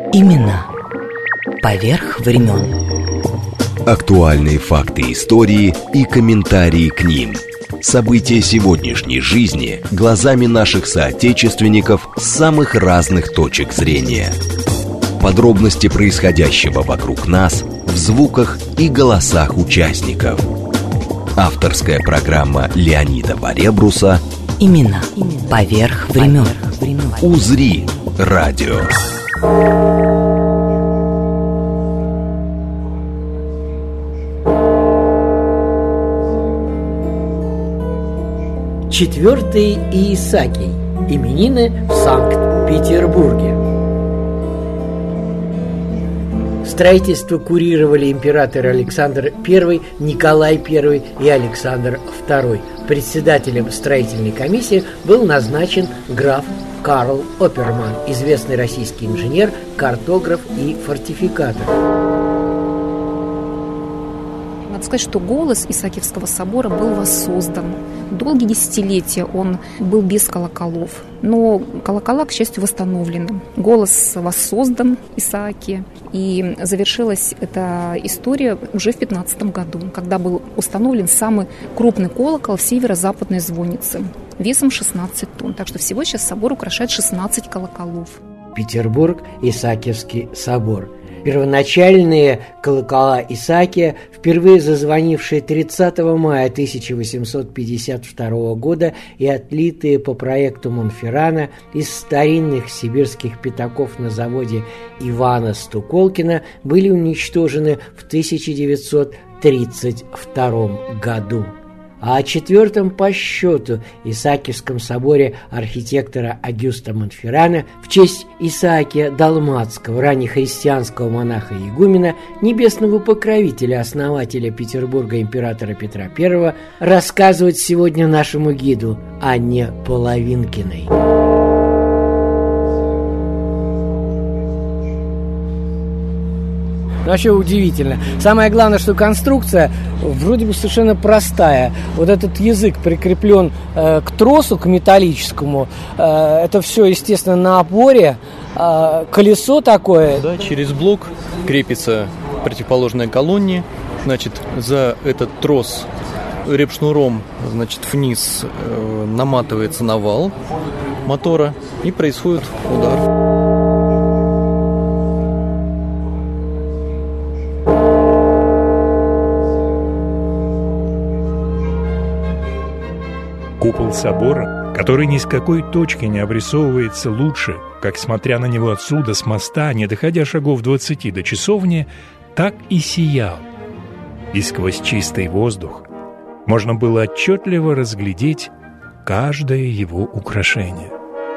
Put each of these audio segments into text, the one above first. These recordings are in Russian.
Имена поверх времен. Актуальные факты истории и комментарии к ним. События сегодняшней жизни глазами наших соотечественников с самых разных точек зрения. Подробности происходящего вокруг нас в звуках и голосах участников. Авторская программа Леонида Баребруса Имена поверх времен. «Узри радио». Четвертый Иисакий. Именины в Санкт-Петербурге. Строительство курировали императоры Александр I, Николай I и Александр II. Председателем строительной комиссии был назначен граф Карл Оперман, известный российский инженер, картограф и фортификатор. Надо сказать, что голос Исаакиевского собора был воссоздан. Долгие десятилетия он был без колоколов, но колокола, к счастью, восстановлены. Голос воссоздан Исааке, и завершилась эта история уже в 15 году, когда был установлен самый крупный колокол в северо-западной звоннице весом 16 тонн. Так что всего сейчас собор украшает 16 колоколов. Петербург, Исаакиевский собор. Первоначальные колокола Исаакия, впервые зазвонившие 30 мая 1852 года и отлитые по проекту Монферрана из старинных сибирских пятаков на заводе Ивана Стуколкина, были уничтожены в 1932 году. А о четвертом по счету Исаакиевском соборе архитектора Агюста Монферрана в честь Исаакия Далматского, раннехристианского монаха-игумена, небесного покровителя, основателя Петербурга императора Петра I, рассказывать сегодня нашему гиду Анне Половинкиной. Вообще удивительно. Самое главное, что конструкция вроде бы совершенно простая. Вот этот язык прикреплен к тросу, к металлическому. Это все, естественно, на опоре. Колесо такое. Да, через блок крепится противоположной колонне. Значит, за этот трос репшнуром, значит, вниз наматывается навал мотора и происходит удар. Купол собора, который ни с какой точки не обрисовывается лучше, как, смотря на него отсюда, с моста, не доходя шагов 20 до часовни, так и сиял. И сквозь чистый воздух можно было отчетливо разглядеть каждое его украшение.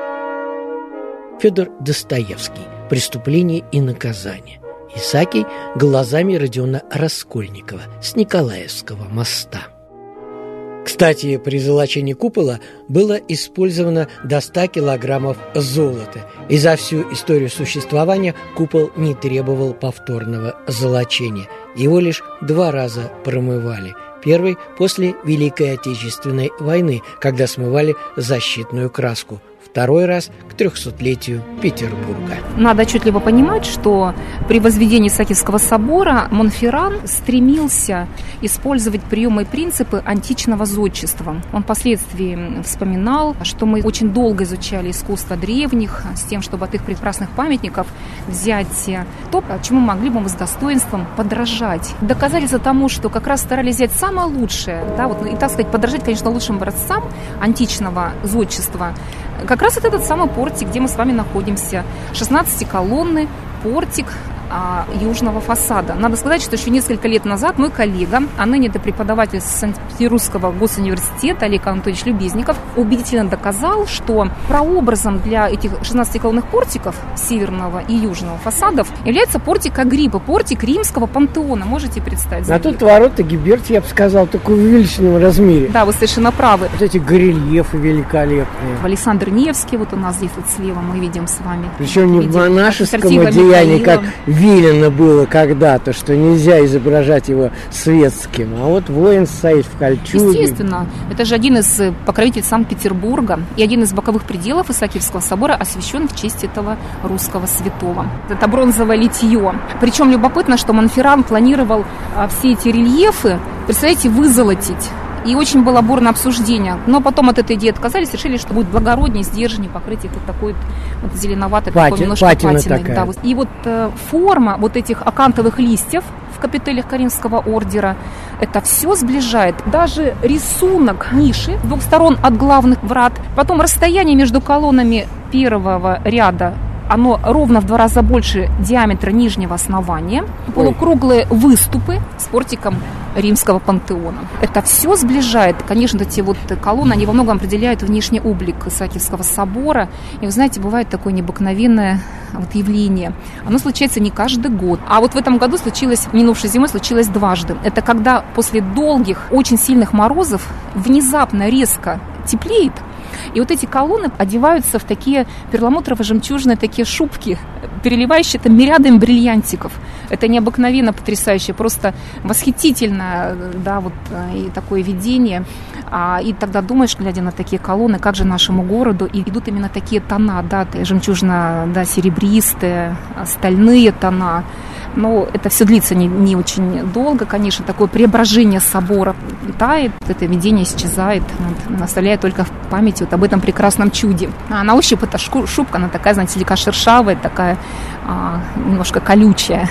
Федор Достоевский. «Преступление и наказание». Исаакий глазами Родиона Раскольникова с Николаевского моста. Кстати, при золочении купола было использовано до 100 килограммов золота, и за всю историю существования купол не требовал повторного золочения. Его лишь 2 раза промывали. Первый – после Великой Отечественной войны, когда смывали защитную краску. Второй раз к 300-летию Петербурга. Надо отчетливо понимать, что при возведении Исаакиевского собора Монферран стремился использовать приемы и принципы античного зодчества. Он впоследствии вспоминал, что мы очень долго изучали искусство древних с тем, чтобы от их прекрасных памятников взять то, чему могли бы мы с достоинством подражать. Доказательство тому, что как раз старались взять самое лучшее, да, вот, и, так сказать, подражать, конечно, лучшим образцам античного зодчества. Как раз это этот самый портик, где мы с вами находимся. 16-колонный портик южного фасада. Надо сказать, что еще несколько лет назад мой коллега, а ныне это преподаватель Санкт-Петербургского госуниверситета Олег Анатольевич Любезников, убедительно доказал, что прообразом для этих 16-колонных портиков северного и южного фасадов является портик Агриппы, портик римского пантеона. Можете представить? А тут ворота Гиберти, я бы сказал, такой в увеличенном размере. Да, вы совершенно правы. Вот эти горельефы великолепные. Александр Невский, вот у нас здесь вот слева мы видим с вами. Причем не в монашеском одеянии, как велено было когда-то, что нельзя изображать его светским, а вот воин стоит в кольчуге. Естественно, это же один из покровителей Санкт-Петербурга и один из боковых пределов Исаакиевского собора освящен в честь этого русского святого. Это бронзовое литье. Причем любопытно, что Монферран планировал все эти рельефы, представляете, вызолотить. И очень было бурное обсуждение. Но потом от этой идеи отказались, решили, что будет благороднее, сдержаннее покрыть их вот такой вот зеленоватой, такой немножко патиной. Да, вот. И вот форма вот этих акантовых листьев в капителях Каринского ордера, это все сближает. Даже рисунок ниши с двух сторон от главных врат, потом расстояние между колоннами первого ряда, оно ровно в 2 раза больше диаметра нижнего основания. Полукруглые выступы с портиком римского пантеона. Это все сближает. Конечно, эти вот колонны, они во многом определяют внешний облик Исаакиевского собора. И вы знаете, бывает такое необыкновенное вот явление. Оно случается не каждый год. А вот в этом году случилось, минувшей зимой случилось дважды. Это когда после долгих, очень сильных морозов внезапно резко теплеет. И вот эти колонны одеваются в такие перламутрово-жемчужные такие шубки, переливающие там мириадами бриллиантиков. Это необыкновенно потрясающе, просто восхитительно, да, вот и такое видение. И тогда думаешь, глядя на такие колонны, как же нашему городу, и идут именно такие тона, да, жемчужно-серебристые, стальные тона. Но это все длится не очень долго, конечно, такое преображение собора тает, это видение исчезает, вот, оставляя только в памяти вот об этом прекрасном чуде. А на ощупь эта шубка, она такая, знаете, слегка шершавая, такая немножко колючая.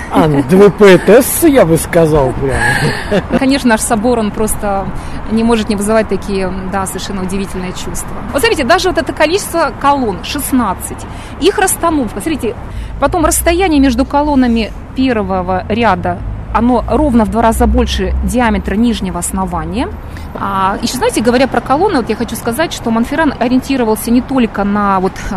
ДВПТС, я бы сказал, прямо. Конечно, наш собор, он просто не может не вызывать такие, да, совершенно удивительные чувства. Вот смотрите, даже вот это количество колонн, 16, их расстановка, смотрите, потом расстояние между колоннами первого ряда, оно ровно в 2 раза больше диаметра нижнего основания. Еще, знаете, говоря про колонны, вот я хочу сказать, что Монферран ориентировался не только на,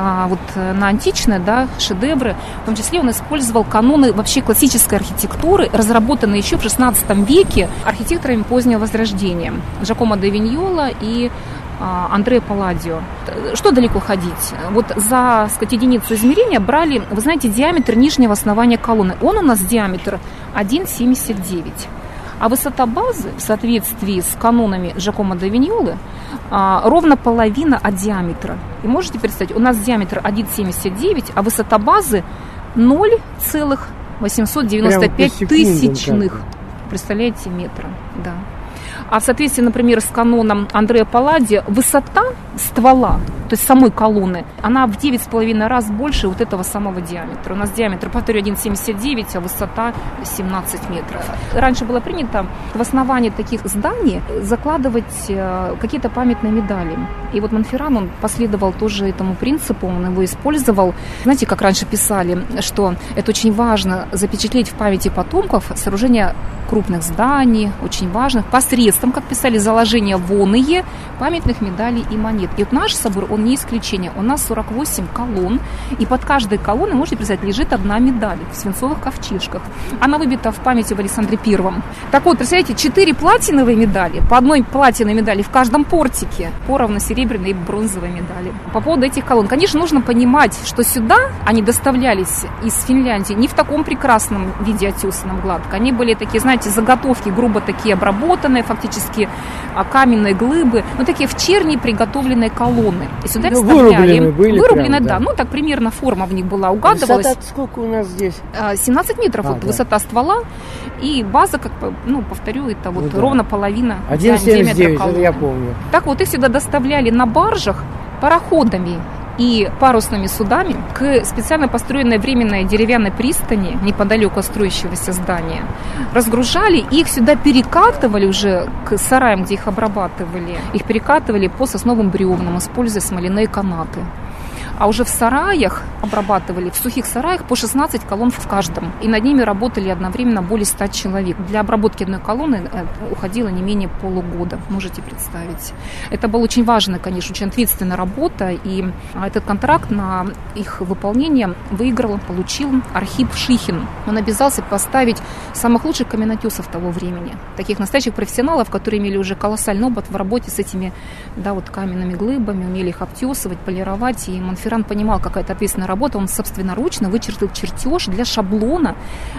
на античные, да, шедевры, в том числе он использовал каноны вообще классической архитектуры, разработанные еще в XVI веке архитекторами позднего Возрождения Джакомо да Виньола и Андреа Палладио. Что далеко ходить? Вот за, сказать, единицу измерения брали, вы знаете, диаметр нижнего основания колонны. Он у нас диаметр 1,79. А высота базы в соответствии с канонами Джакомо да Виньолы ровно половина от диаметра. И можете представить, у нас диаметр 1,79, а высота базы 0,895 тысячных. Представляете, метра, да. А в соответствии, например, с каноном Андреа Палладио, высота ствола, то есть самой колонны, она в 9,5 раз больше вот этого самого диаметра. У нас диаметр, повторю, 1,79, а высота 17 метров. Раньше было принято в основании таких зданий закладывать какие-то памятные медали. И вот Монферран, он последовал тоже этому принципу, он его использовал. Знаете, как раньше писали, что это очень важно запечатлеть в памяти потомков сооружение крупных зданий, очень важных, посредством, как писали, заложения воные памятных медалей и монет. И вот наш собор, он не исключение. У нас 48 колонн, и под каждой колонной, можете представить, лежит одна медаль в свинцовых ковчежках. Она выбита в память об Александре Первом. Так вот, представляете, 4 платиновые медали, по одной платиновой медали в каждом портике, поровну серебряные и бронзовые медали. По поводу этих колонн, конечно, нужно понимать, что сюда они доставлялись из Финляндии не в таком прекрасном виде отесанном гладко. Они были такие, знаете, заготовки, грубо такие обработанные, фактически каменные глыбы, но такие в черни приготовленные колонны. И сюда вставляли. Вырублены, да. Ну, так примерно форма в них была, угадывалась. Высота сколько у нас здесь? 17 метров, вот, да. Высота ствола. И база, как, повторю, это вот да. Ровно половина диаметра колонны. Я помню. Так вот, их сюда доставляли на баржах пароходами и парусными судами к специально построенной временной деревянной пристани неподалеку от строящегося здания. Разгружали, и их сюда перекатывали уже к сараям, где их обрабатывали. Их перекатывали по сосновым бревнам, используя смоляные канаты. А уже в сараях обрабатывали, в сухих сараях по 16 колонн в каждом. И над ними работали одновременно более 100 человек. Для обработки одной колонны уходило не менее полугода, можете представить. Это была очень важная, конечно, очень ответственная работа. И этот контракт на их выполнение получил Архип Шихин. Он обязался поставить самых лучших каменотесов того времени. Таких настоящих профессионалов, которые имели уже колоссальный опыт в работе с этими, да, вот каменными глыбами, умели их обтесывать, полировать. И Монферран Монферран понимал, какая это ответственная работа, он собственноручно вычертил чертеж шаблона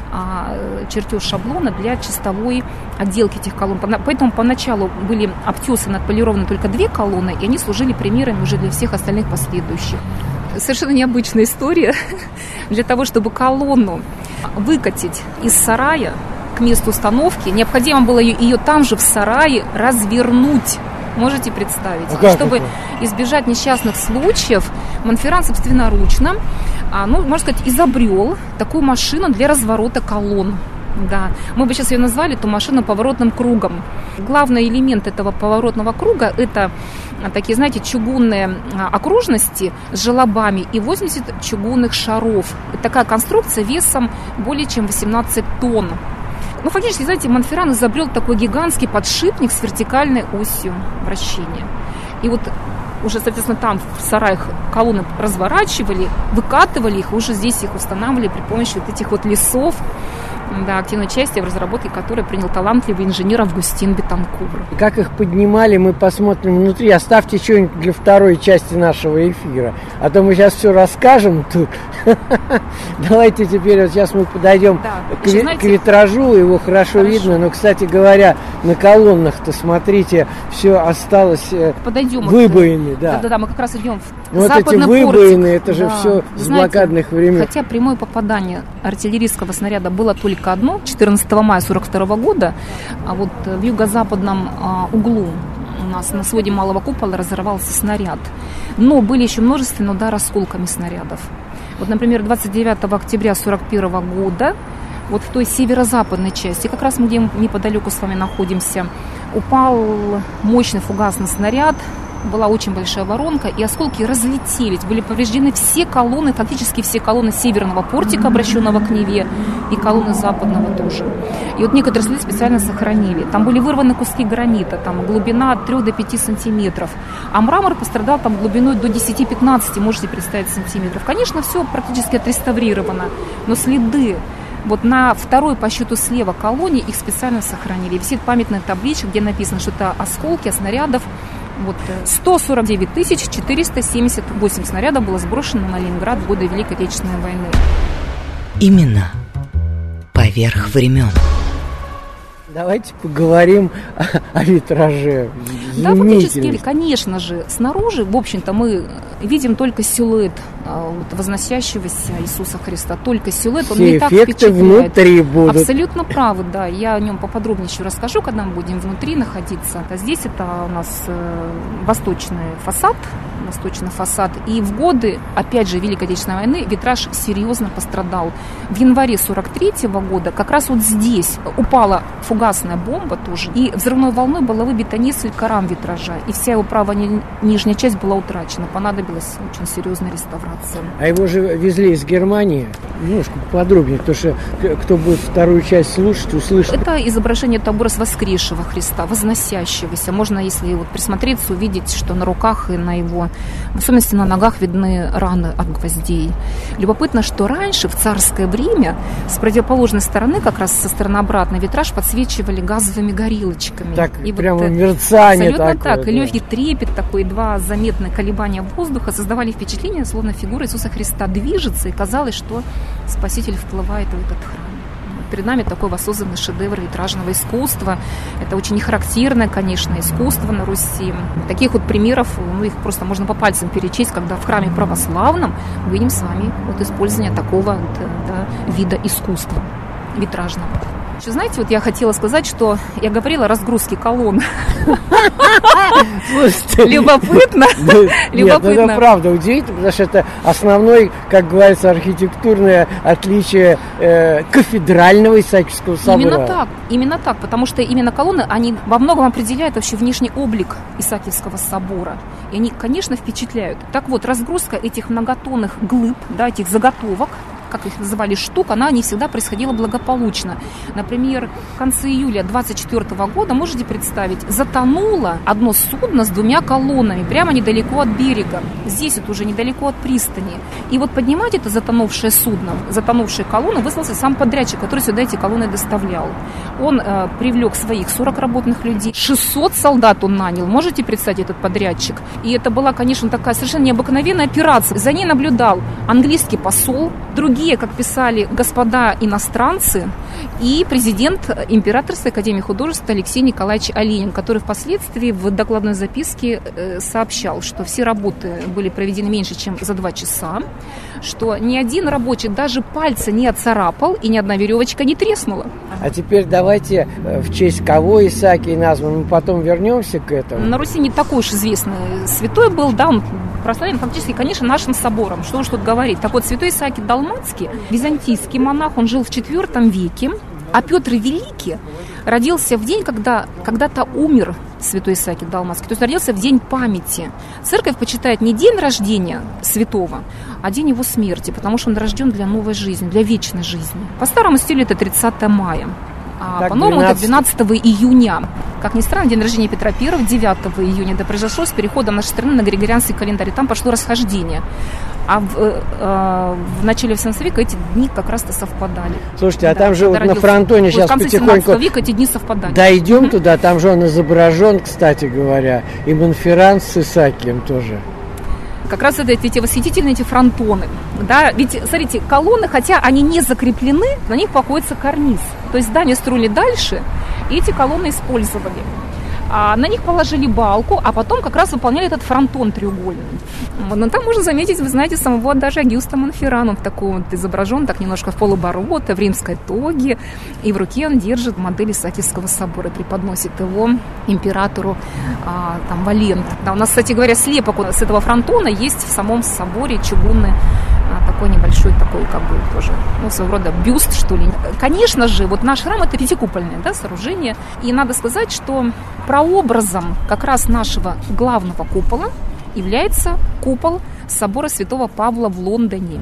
для чистовой отделки этих колонн. Поэтому поначалу были обтесаны, отполированы только 2 колонны, и они служили примерами уже для всех остальных последующих. Совершенно необычная история. Для того, чтобы колонну выкатить из сарая к месту установки, необходимо было ее там же в сарае развернуть. Можете представить? Чтобы избежать несчастных случаев, Монферран собственноручно, можно сказать, изобрел такую машину для разворота колонн. Да, мы бы сейчас ее назвали, эту машину, поворотным кругом. Главный элемент этого поворотного круга – это такие, знаете, чугунные окружности с желобами и 80 чугунных шаров. Это такая конструкция весом более чем 18 тонн. Фактически, знаете, Монферран изобрел такой гигантский подшипник с вертикальной осью вращения. И вот уже, соответственно, там в сараях колонны разворачивали, выкатывали их, уже здесь их устанавливали при помощи вот этих вот лесов. Да, активное участие в разработке которой принял талантливый инженер Августин Бетанкур. Как их поднимали, мы посмотрим внутри. Оставьте что-нибудь для второй части нашего эфира. А то мы сейчас все расскажем тут. Давайте теперь, вот сейчас мы подойдем к витражу. Его хорошо видно. Но, кстати говоря, на колоннах-то, смотрите, все осталось выбоины. Да, мы как раз идем в вот эти выбоины, это же все с блокадных времен. Хотя прямое попадание артиллерийского снаряда было только одно, 14 мая 1942 года, а вот в юго-западном углу у нас на своде малого купола разорвался снаряд. Но были еще множественные удары осколками снарядов. Вот, например, 29 октября 1941 года, вот в той северо-западной части, как раз мы где неподалеку с вами находимся, упал мощный фугасный снаряд, была очень большая воронка, и осколки разлетелись. Были повреждены все колонны, фактически все колонны северного портика, обращенного к Неве, и колонны западного тоже. И вот некоторые следы специально сохранили. Там были вырваны куски гранита, там глубина от 3 до 5 сантиметров. А мрамор пострадал там глубиной до 10-15, можете представить, сантиметров. Конечно, все практически отреставрировано, но следы вот на второй по счету слева колонне их специально сохранили. Висит памятная табличка, где написано, что это осколки от снарядов. Вот 149 478 снарядов было сброшено на Ленинград в годы Великой Отечественной войны. Именно поверх времен. Давайте поговорим о витраже. Да, фактически, конечно же, снаружи, в общем-то, мы видим только силуэт возносящегося Иисуса Христа. Только силуэт, он не так впечатляет. Внутри будут. Абсолютно правы, да. Я о нем поподробнее еще расскажу, когда мы будем внутри находиться. А здесь это у нас восточный фасад. И в годы, опять же, Великой Отечественной войны витраж серьезно пострадал. В январе 1943 года как раз вот здесь упала фугасная бомба тоже, и взрывной волной было выбито несколько рам витража, и вся его правая нижняя часть была утрачена. Понадобилась очень серьезная реставрация. А его же везли из Германии. Немножко подробнее, потому что кто будет вторую часть слушать, услышит. Это изображение образ воскресшего Христа, возносящегося. Можно, если вот присмотреться, увидеть, что на руках и на его, в особенности на ногах, видны раны от гвоздей. Любопытно, что раньше, в царское время, с противоположной стороны, как раз со стороны обратной, витраж подсвечивали газовыми горелочками. Так, и прямо вот, мерцание абсолютно такое. Так, и легкий трепет такой, 2 заметные колебания воздуха создавали впечатление, словно фигура Иисуса Христа движется, и казалось, что Спаситель вплывает в этот храм. Перед нами такой воссозданный шедевр витражного искусства. Это очень нехарактерное, конечно, искусство на Руси. Таких вот примеров, их просто можно по пальцам перечесть, когда в храме православном мы видим с вами вот использование такого вида искусства витражного. Еще, знаете, вот я хотела сказать, что я говорила о разгрузке колонн. Любопытно. Нет, это правда удивительно, потому что это основное, как говорится, архитектурное отличие кафедрального Исаакиевского собора. Именно так, потому что именно колонны, они во многом определяют вообще внешний облик Исаакиевского собора. И они, конечно, впечатляют. Так вот, разгрузка этих многотонных глыб, этих заготовок, как их называли, штук, она не всегда происходила благополучно. Например, в конце июля 24 года, можете представить, затонуло одно судно с 2 колоннами прямо недалеко от берега. Здесь это уже недалеко от пристани. И вот поднимать это затонувшее судно, затонувшие колонны, вызвался сам подрядчик, который сюда эти колонны доставлял. Он привлек своих 40 работных людей, 600 солдат он нанял. Можете представить, этот подрядчик? И это была, конечно, такая совершенно необыкновенная операция. За ней наблюдал английский посол, другие, как писали, господа иностранцы и президент Императорской академии художеств Алексей Николаевич Оленин, который впоследствии в докладной записке сообщал, что все работы были проведены меньше, чем за 2 часа, что ни один рабочий даже пальца не отцарапал и ни одна веревочка не треснула. А теперь давайте в честь кого Исаакий назван, мы потом вернемся к этому. На Руси не такой уж известный святой был, да, он прославлен фактически, конечно, нашим собором. Что уж тут говорить. Так вот, святой Исаакий Далматский, византийский монах, он жил в IV веке, а Петр Великий родился в день, когда когда-то умер святой Исаакий Далматский, то есть родился в день памяти. Церковь почитает не день рождения святого, а день его смерти, потому что он рожден для новой жизни, для вечной жизни. По старому стилю это 30 мая. А по-новому это 12 июня. Как ни странно, день рождения Петра I 9 июня. Это произошло с переходом нашей страны на григорианский календарь. Там пошло расхождение. А в начале 18 века эти дни как раз-то совпадали. Слушайте, а там же вот на фронтоне сейчас потихоньку... В конце 17 века эти дни совпадали. Дойдем туда, там же он изображен, кстати говоря, и Монферран с Исаакием тоже. Как раз это эти восхитительные эти фронтоны. Да? Ведь, смотрите, колонны, хотя они не закреплены, на них покоится карниз. То есть здание строили дальше, и эти колонны использовали. А на них положили балку, а потом как раз выполняли этот фронтон треугольный. Но там можно заметить, вы знаете, самого даже Агюста Монферрана. Он такой вот изображен, так немножко в полоборота, в римской тоге. И в руке он держит модель Исаакиевского собора, преподносит его императору Валенту. Да, у нас, кстати говоря, слепок с этого фронтона есть в самом соборе чугунный. Такой небольшой, такой как бы тоже, своего рода бюст, что ли. Конечно же, вот наш храм это пятикупольное, да, сооружение. И надо сказать, что прообразом как раз нашего главного купола является купол собора Святого Павла в Лондоне.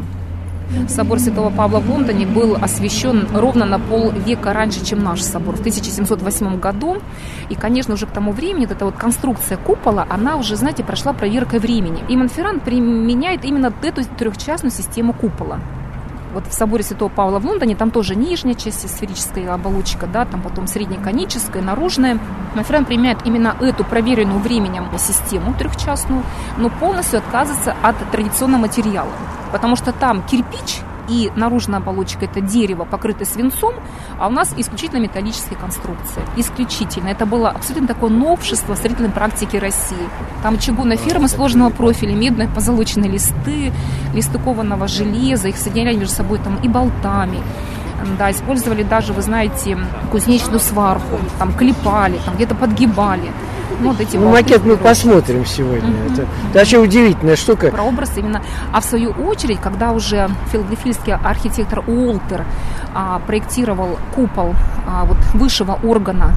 Собор Святого Павла в Лондоне был освящен ровно на полвека раньше, чем наш собор, в 1708 году. И, конечно, уже к тому времени эта вот конструкция купола, она уже, знаете, прошла проверкой времени. И Монферран применяет именно эту трехчастную систему купола. Вот в соборе Святого Павла в Лондоне там тоже нижняя часть, сферическая оболочка, да, там потом среднеконическая, наружная. Монферран применяет именно эту проверенную временем систему трехчастную, но полностью отказывается от традиционного материала. Потому что там кирпич и наружная оболочка – это дерево, покрытое свинцом, а у нас исключительно металлические конструкции. Исключительно. Это было абсолютно такое новшество в строительной практике России. Там чугунные фермы сложного профиля, медные позолоченные листы, листы кованого железа, их соединяли между собой там и болтами. Да, использовали даже, вы знаете, кузнечную сварку, там клепали, там где-то подгибали. Вот эти макет мы посмотрим сегодня. Это вообще удивительная штука. Прообраз именно. А в свою очередь, когда уже филадельфийский архитектор Уолтер проектировал купол вот высшего органа,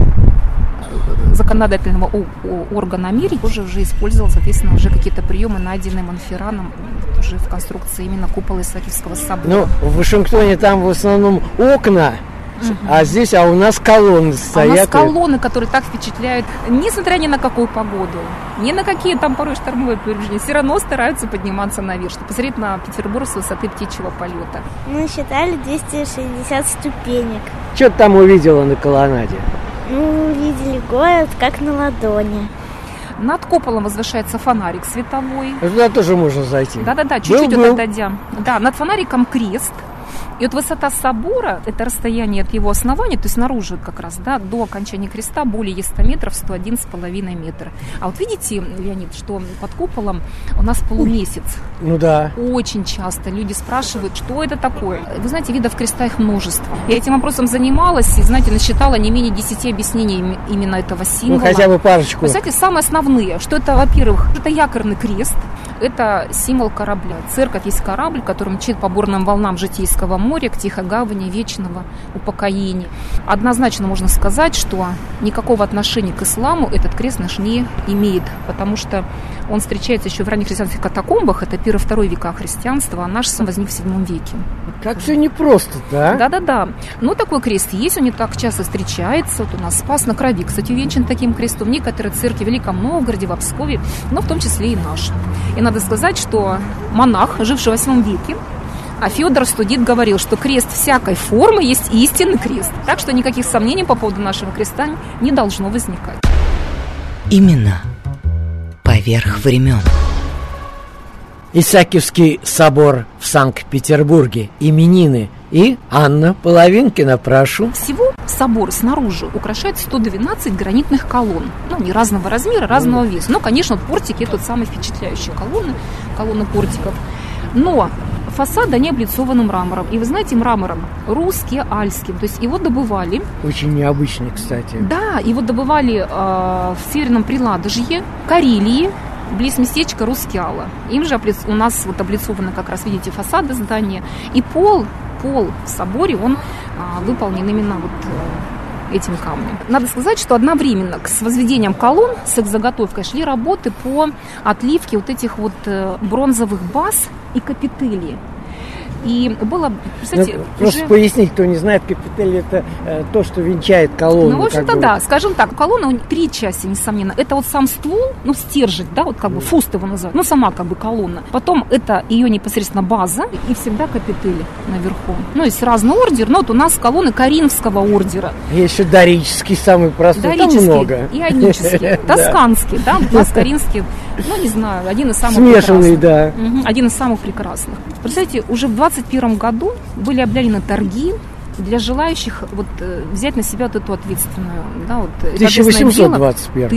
законодательного органа Америки, уже использовал, соответственно, уже какие-то приемы, найденные Монферраном уже в конструкции именно купола Исаакиевского собора. Ну, в Вашингтоне там в основном окна, а здесь, у нас колонны стоят. У нас колонны, которые так впечатляют, несмотря ни на какую погоду, ни на какие там порой штормовые повреждения, все равно стараются подниматься наверх, чтобы посмотреть на Петербург с высоты птичьего полета. Мы считали 260 ступенек. Что ты там увидела на колоннаде? Мы увидели город как на ладони. Над куполом возвышается фонарик световой. Туда тоже можно зайти. Да-да-да, чуть-чуть отойдя. Да, над фонариком крест. И вот высота собора, это расстояние от его основания, то есть снаружи как раз, да, до окончания креста более 100 метров, 101,5 метра. А вот видите, Леонид, что под куполом у нас полумесяц. Ну да. Очень часто люди спрашивают, что это такое. Вы знаете, видов креста их множество. Я этим вопросом занималась и, знаете, насчитала не менее 10 объяснений именно этого символа. Ну, хотя бы парочку. Вы знаете, самые основные, что это, во-первых, это якорный крест. это символ корабля. Церковь есть корабль, который мчит по бурным волнам Житейского моря к тихой гавани вечного упокоения. Однозначно можно сказать, что никакого отношения к исламу этот крест наш не имеет, потому что он встречается еще в ранних христианских катакомбах, это 1-2 века христианства, а наш сам возник в 7 веке. Как все непросто-то, а? Да-да-да. Но такой крест есть, он не так часто встречается. Вот у нас Спас на Крови, кстати, увенчан таким крестом. Некоторые церкви в Великом Новгороде, в Пскове, но в том числе и наш. И надо сказать, что монах, живший в 8 веке, Феодор Студит говорил, что крест всякой формы есть истинный крест. Так что никаких сомнений по поводу нашего креста не должно возникать. Именно поверх времен. Исаакиевский собор в Санкт-Петербурге. Именины. И Анна Половинкина, прошу. Всего собор снаружи украшает 112 гранитных колонн. Ну, не разного размера, разного веса. Но, конечно, портики – это самые впечатляющие колонны портиков. Но фасады, они облицованы мрамором. И вы знаете, мрамором русский, альским. То есть его добывали. Очень необычный, кстати. Да, его добывали в Северном Приладожье, Карелии, близ местечка Рускеала. Им же у нас вот облицованы как раз, видите, фасады здания. И пол в соборе, он выполнен именно вот этим камнем. Надо сказать, что одновременно с возведением колонн, с их заготовкой шли работы по отливке вот этих вот бронзовых баз и капителей. И было, представьте, просто уже... пояснить, кто не знает, капитель – это то, что венчает колонну. Ну, в общем-то, да, скажем так, колонна, 3 части, несомненно. Это вот сам ствол, ну, стержень, да, вот как бы фуст его называют, ну, сама как бы колонна. Потом это ее непосредственно база и всегда капители наверху. Ну, есть разный ордер, но вот у нас колонны Коринфского ордера. Есть еще дорический, самый простой, там много. Ионический, тосканский, да, у нас коринфский, ну, не знаю, один из самых смешанный, прекрасных. Да. Один из самых прекрасных. Представляете, уже в 2021 году были объявлены торги для желающих вот взять на себя вот эту ответственную, да, вот 1821.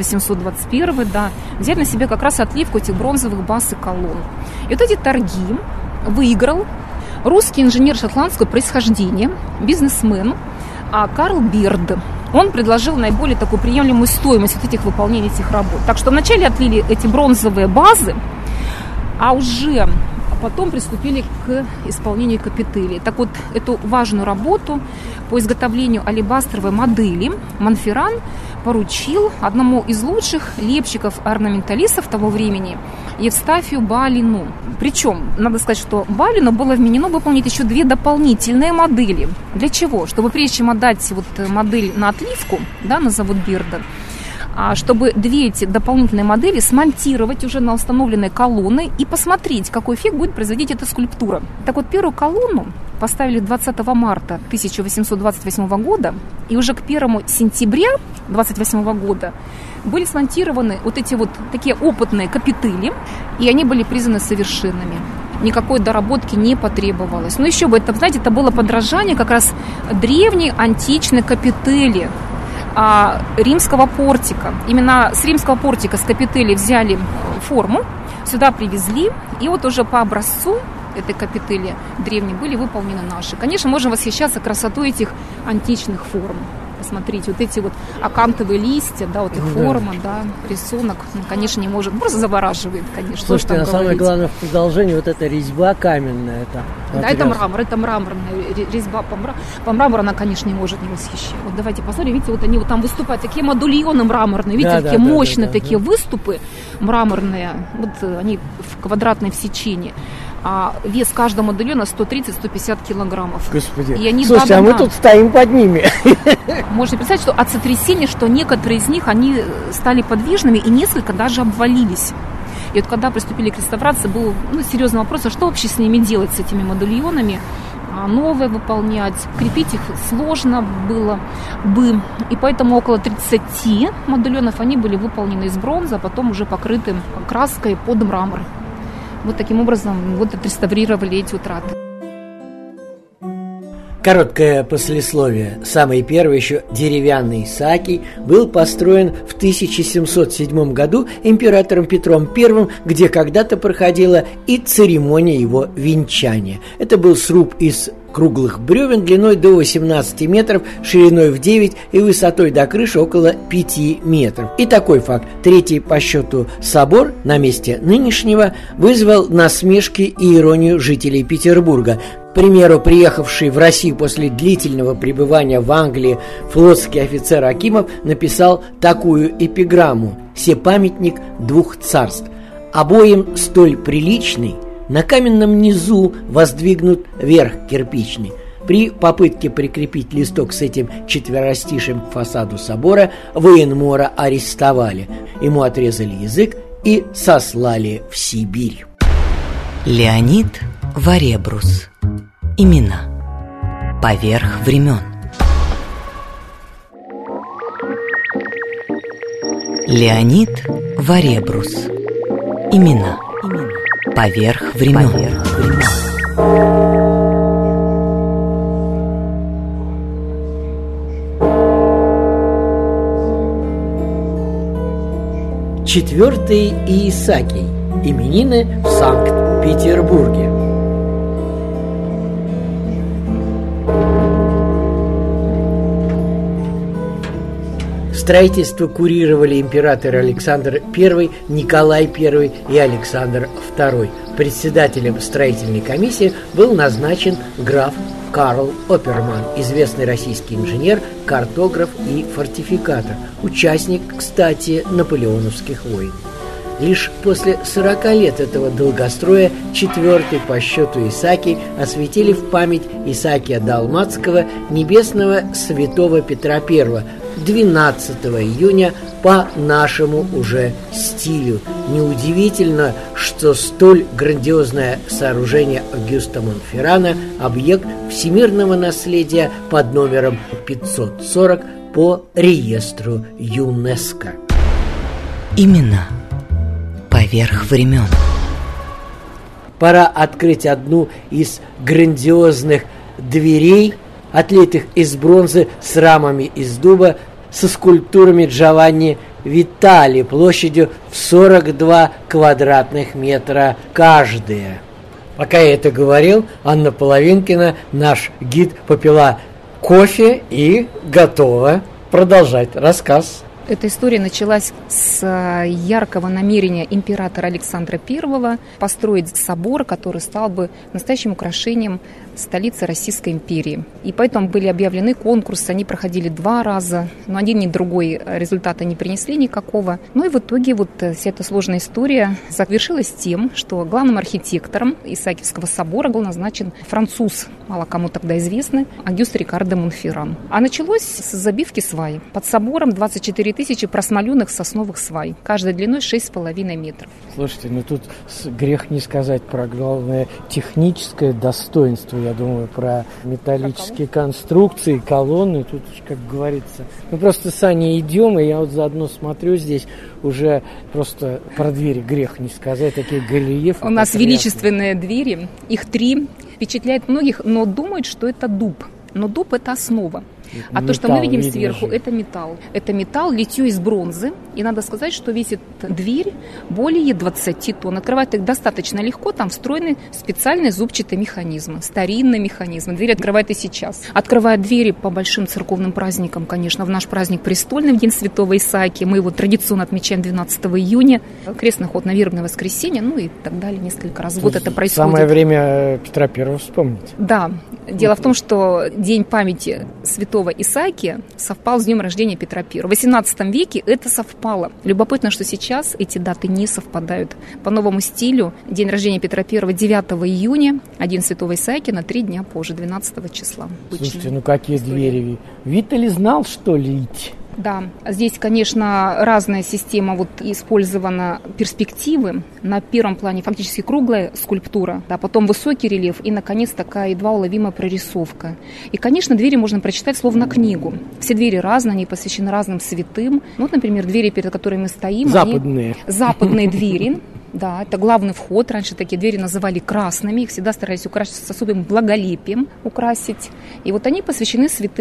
1821, да, взять на себя как раз отливку этих бронзовых баз и колонн. И вот эти торги выиграл русский инженер шотландского происхождения, бизнесмен Карл Бирд. Он предложил наиболее такую приемлемую стоимость вот этих выполнений этих работ. Так что вначале отлили эти бронзовые базы, а уже потом приступили к исполнению капителей. Так вот, эту важную работу по изготовлению алебастровой модели Монферран поручил одному из лучших лепщиков-орнаменталистов того времени, Евстафию Балину. Причем, надо сказать, что Балину было вменено выполнить еще 2 дополнительные модели. Для чего? Чтобы прежде чем отдать вот модель на отливку, да, на завод Бирда, чтобы 2 эти дополнительные модели смонтировать уже на установленные колонны и посмотреть, какой эффект будет производить эта скульптура. Так вот, первую колонну поставили 20 марта 1828 года, и уже к 1 сентября 1828 года были смонтированы вот эти вот такие опытные капители, и они были признаны совершенными. Никакой доработки не потребовалось. Но еще бы, это, знаете, это было подражание как раз древней античной капители, римского портика. Именно с римского портика, с капители взяли форму, сюда привезли, и вот уже по образцу этой капители древней были выполнены наши. Конечно, можем восхищаться красотой этих античных форм. Посмотрите, вот эти вот акантовые листья, да, вот их форма, да, рисунок, конечно, не может, просто завораживает, конечно. Слушайте, а самое главное в продолжении вот эта резьба каменная. Да, это мрамор, это мраморная резьба по мрамору, она, конечно, не может не восхищать. Вот давайте посмотрим, видите, вот они вот там выступают, такие модульоны мраморные, видите, такие мощные такие выступы мраморные, вот они в квадратной в сечении. А вес каждого модульона 130-150 килограммов. Господи, и они, слушайте, а мы тут стоим под ними. Можно представить, что от сотрясения, что некоторые из них, они стали подвижными, и несколько даже обвалились. И вот когда приступили к реставрации, был серьезный вопрос, а что вообще с ними делать, с этими модульонами? Новые выполнять, крепить их сложно было бы. И поэтому около 30 модульонов, они были выполнены из бронзы, а потом уже покрыты краской под мрамор. Вот таким образом вот отреставрировали эти утраты. Короткое послесловие. Самый первый еще деревянный Исаакий был построен в 1707 году императором Петром I, где когда-то проходила и церемония его венчания. Это был сруб из круглых бревен длиной до 18 метров, шириной в 9 и высотой до крыши около 5 метров. И такой факт. Третий по счету собор на месте нынешнего вызвал насмешки и иронию жителей Петербурга. К примеру, приехавший в Россию после длительного пребывания в Англии флотский офицер Акимов написал такую эпиграмму: «Се памятник двух царств, обоим столь приличный, на каменном низу воздвигнут верх кирпичный». При попытке прикрепить листок с этим четверостишем к фасаду собора военмора арестовали. Ему отрезали язык и сослали в Сибирь. Леонид Варебрус. Имена. Поверх времен. Леонид Варебрус. Имена. Поверх времен. Четвертый Иисакий. Именины в Санкт-Петербурге. Строительство курировали императоры Александр I, Николай I и Александр II. Председателем строительной комиссии был назначен граф Карл Оперман, известный российский инженер, картограф и фортификатор, участник, кстати, наполеоновских войн. Лишь после 40 лет этого долгостроя четвертый по счету Исаакий осветили в память Исаакия Далматского, небесного святого Петра I, 12 июня по нашему уже стилю. Неудивительно, что столь грандиозное сооружение Огюста Монферрана – объект всемирного наследия под номером 540 по реестру ЮНЕСКО. Имена. Поверх времен. Пора открыть одну из грандиозных дверей, отлитых из бронзы с рамами из дуба, со скульптурами Джованни Витали площадью в 42 квадратных метра каждая. Пока я это говорил, Анна Половинкина, наш гид, попила кофе и готова продолжать рассказ. Эта история началась с яркого намерения императора Александра I построить собор, который стал бы настоящим украшением столицы Российской империи. И поэтому были объявлены конкурсы, они проходили 2 раза, но один ни другой результата не принесли никакого. Ну и в итоге вот вся эта сложная история завершилась тем, что главным архитектором Исаакиевского собора был назначен француз, мало кому тогда известный, Огюст Рикар де Монферран. А началось с забивки свай. Под собором 24 тысячи просмоленных сосновых свай, каждой длиной 6,5 метров. Слушайте, ну тут грех не сказать про главное техническое достоинство, я думаю, про металлические конструкции, колонны. Тут, как говорится, мы просто с Аней идем, и я вот заодно смотрю здесь уже просто про двери грех не сказать, такие галеефы. У нас величественные двери, их 3, впечатляет многих, но думают, что это дуб. Но дуб – это основа. А металл, то, что мы видим сверху, это металл. Это металл, литье из бронзы. И надо сказать, что весит дверь более 20 тонн. Открывать их достаточно легко. Там встроены специальные зубчатые механизмы, старинные механизмы. Дверь открывает и сейчас. Открывают двери по большим церковным праздникам, конечно. В наш праздник престольный, в День Святого Исаакия. Мы его традиционно отмечаем 12 июня. Крестный ход на вербное воскресенье, ну и так далее. Несколько раз в год это происходит. Самое время Петра I вспомнить. Да. Дело в том, что День памяти святого Исаакия совпал с днем рождения Петра I. В XVIII веке это совпало. Любопытно, что сейчас эти даты не совпадают. По новому стилю день рождения Петра I 9 июня, а день святого Исаакия на 3 дня позже, 12 числа. Слушайте, ну какие двери? Витали знал, что лить? Да, здесь, конечно, разная система вот использована перспективы. На первом плане фактически круглая скульптура, да, потом высокий рельеф и, наконец, такая едва уловимая прорисовка. И, конечно, двери можно прочитать словно книгу. Все двери разные, они посвящены разным святым. Вот, например, двери, перед которыми мы стоим. Западные. Западные двери. Да, это главный вход. Раньше такие двери называли красными. Их всегда старались украсить с особым благолепием, украсить. И вот они посвящены святым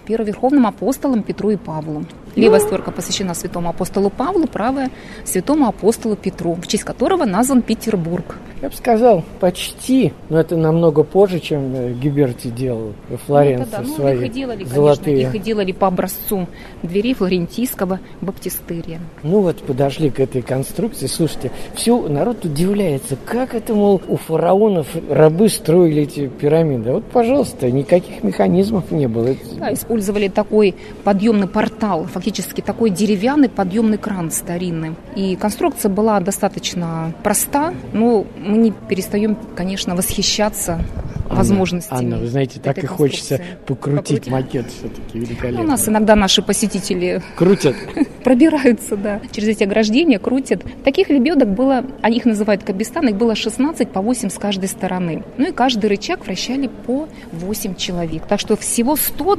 первоверховным апостолам Петру и Павлу. Левая створка посвящена святому апостолу Павлу, правая – святому апостолу Петру, в честь которого назван Петербург. Я бы сказал, почти, но это намного позже, чем Гиберти делал во Флоренции свои их и делали, золотые. Конечно, их и делали по образцу дверей флорентийского баптистерия. Ну вот подошли к этой конструкции. Слушайте, все, народ удивляется, как это, мол, у фараонов рабы строили эти пирамиды. Вот, пожалуйста, никаких механизмов не было. Да, использовали такой подъемный портал, фактически такой деревянный подъемный кран старинный. И конструкция была достаточно проста, но мы не перестаем, конечно, восхищаться возможностями. Анна, вы знаете, так и хочется покрутить макет все-таки великолепно. У нас иногда наши посетители крутят, пробираются, да, через эти ограждения, крутят. Таких лебедок было, они их называют кабестан, их было 16 по 8 с каждой стороны. Ну и каждый рычаг вращали по 8 человек. Так что всего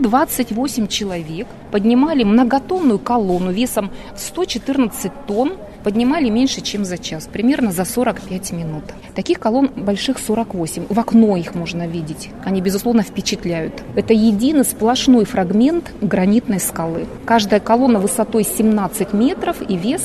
128 человек поднимали многотонную колонну весом 114 тонн, поднимали меньше, чем за час, примерно за 45 минут. Таких колонн больших 48. В окно их можно видеть. Они, безусловно, впечатляют. Это единый сплошной фрагмент гранитной скалы. Каждая колонна высотой 17 метров и вес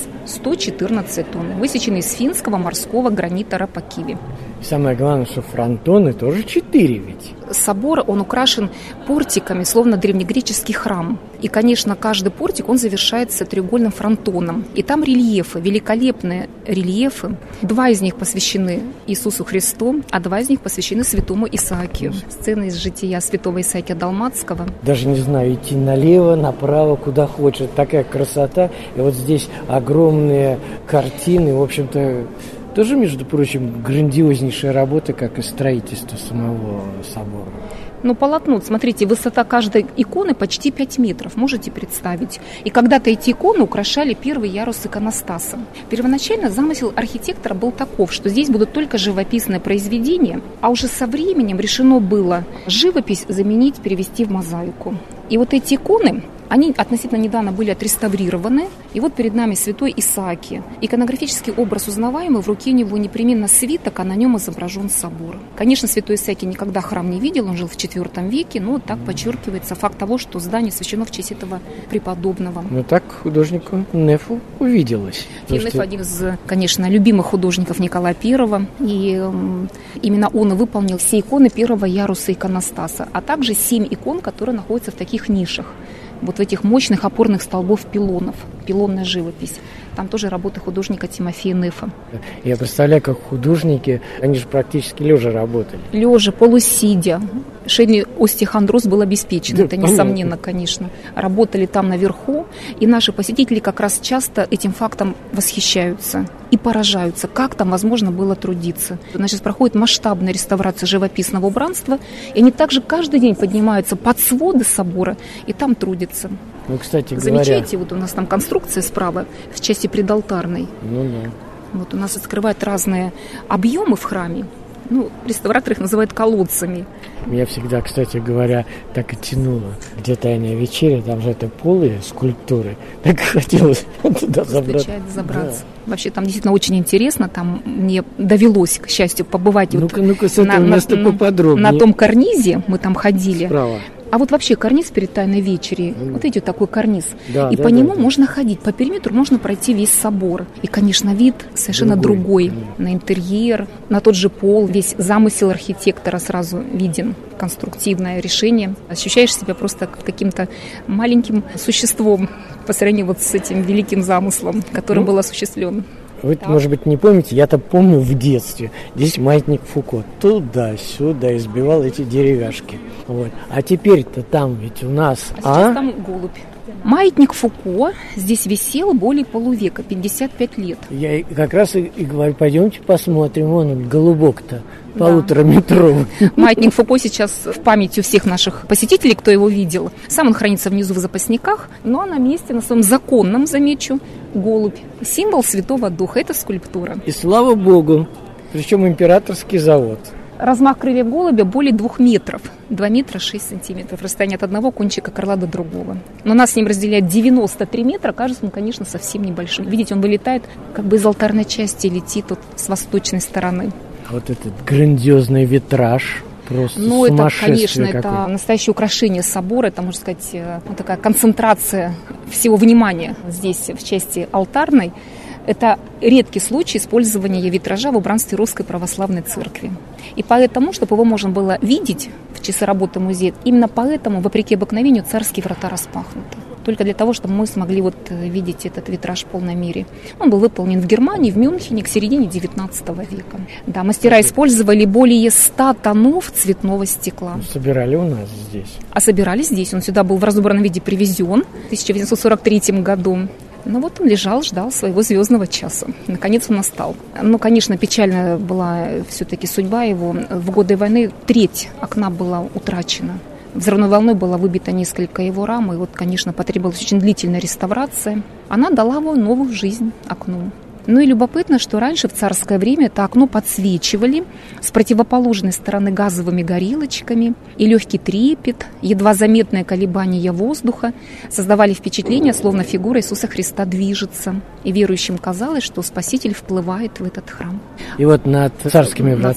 114 тонн, высеченный из финского морского гранита Рапакиви. Самое главное, что фронтоны тоже 4 ведь. Собор, он украшен портиками, словно древнегреческий храм. И, конечно, каждый портик, он завершается треугольным фронтоном. И там рельефы, великолепные рельефы. 2 из них посвящены Иисусу Христу, а 2 из них посвящены святому Исаакию. Сцены из жития святого Исаакия Далматского. Даже не знаю, идти налево, направо, куда хочешь. Такая красота. И вот здесь огромные картины, в общем-то, тоже, между прочим, грандиознейшая работа, как и строительство самого собора. Ну, полотно, смотрите, высота каждой иконы почти 5 метров, можете представить. И когда-то эти иконы украшали первый ярус иконостаса. Первоначально замысел архитектора был таков, что здесь будут только живописные произведения, а уже со временем решено было живопись заменить, перевести в мозаику. И вот эти иконы, они относительно недавно были отреставрированы. И вот перед нами святой Исаакий. Иконографический образ узнаваемый, в руке у него непременно свиток, а на нем изображен собор. Конечно, святой Исаакий никогда храм не видел, он жил в IV веке, но так подчеркивается факт того, что здание освящено в честь этого преподобного. Ну так художнику Нефу увиделось. Неф один из, конечно, любимых художников Николая I. И именно он и выполнил все иконы первого яруса иконостаса, а также 7 икон, которые находятся в таких нишах. Вот в этих мощных опорных столбов пилонов, пилонная живопись. Там тоже работы художника Тимофея Нефа. Я представляю, как художники, они же практически лежа работали. Лежа, полусидя. Шейный остеохондроз был обеспечен, Да, это несомненно, конечно. Работали там наверху, и наши посетители как раз часто этим фактом восхищаются и поражаются, как там возможно было трудиться. Значит, проходит масштабная реставрация живописного убранства, и они также каждый день поднимаются под своды собора и там трудятся. Ну, кстати говоря... Замечаете, вот у нас там конструкция справа в части предалтарной. Ну да. Вот у нас открывают разные объемы в храме. Ну, реставраторы их называют колодцами. Меня всегда, кстати говоря, так и тянуло. Где «Тайная вечеря», там же это полые скульптуры. Так хотелось туда забраться. Да. Вообще там действительно очень интересно. Там мне довелось, к счастью, побывать ну-ка, с этого места поподробнее. На том карнизе мы там ходили. Справа. А вот вообще карниз перед Тайной вечерей, вот идет такой карниз, да, и по нему можно ходить, по периметру можно пройти весь собор. И, конечно, вид совершенно другой на интерьер, на тот же пол, весь замысел архитектора сразу виден, конструктивное решение. Ощущаешь себя просто каким-то маленьким существом по сравнению вот с этим великим замыслом, который был осуществлен. Вы, может быть, не помните, я-то помню в детстве. Здесь маятник Фуко туда-сюда избивал эти деревяшки. Вот. А теперь-то там ведь у нас... сейчас там голубь. Маятник Фуко здесь висел более полувека, 55 лет. Я как раз и говорю, пойдемте посмотрим, вон он, голубок-то, полутораметровый. Маятник Фуко сейчас в памяти у всех наших посетителей, кто его видел. Сам он хранится внизу в запасниках, но на месте, на своем законном, замечу, голубь. Символ Святого Духа, это скульптура. И слава Богу, причем императорский завод. Размах крыльев голубя более 2 метров. 2 метра 6 сантиметров. Расстояние от одного кончика крыла до другого. Но нас с ним разделяет 93 метра. Кажется, он, конечно, совсем небольшой. Видите, он вылетает как бы из алтарной части, летит вот с восточной стороны. А вот этот грандиозный витраж просто Ну, это, сумасшествие конечно, какое-то. это настоящее украшение собора, это, можно сказать, такая концентрация всего внимания здесь в части алтарной. Это редкий случай использования витража в убранстве Русской Православной Церкви. И поэтому, чтобы его можно было видеть в часы работы музея, именно поэтому, вопреки обыкновению, царские врата распахнуты. Только для того, чтобы мы смогли видеть этот витраж в полной мере. Он был выполнен в Германии, в Мюнхене к середине XIX века. Да, мастера использовали более 100 тонов цветного стекла. Собирали у нас здесь. А собирали здесь. Он сюда был в разобранном виде привезен в 1843 году. Ну вот он лежал, ждал своего звездного часа. Наконец он настал. Ну, конечно, печальная была все-таки судьба его. В годы войны треть окна была утрачена. Взрывной волной было выбито несколько его рам, и конечно, потребовалась очень длительная реставрация. Она дала его новую жизнь окну. Ну и любопытно, что раньше в царское время это окно подсвечивали с противоположной стороны газовыми горелочками, и легкий трепет, едва заметное колебание воздуха создавали впечатление, словно фигура Иисуса Христа движется, и верующим казалось, что Спаситель вплывает в этот храм. И вот над царскими вратами,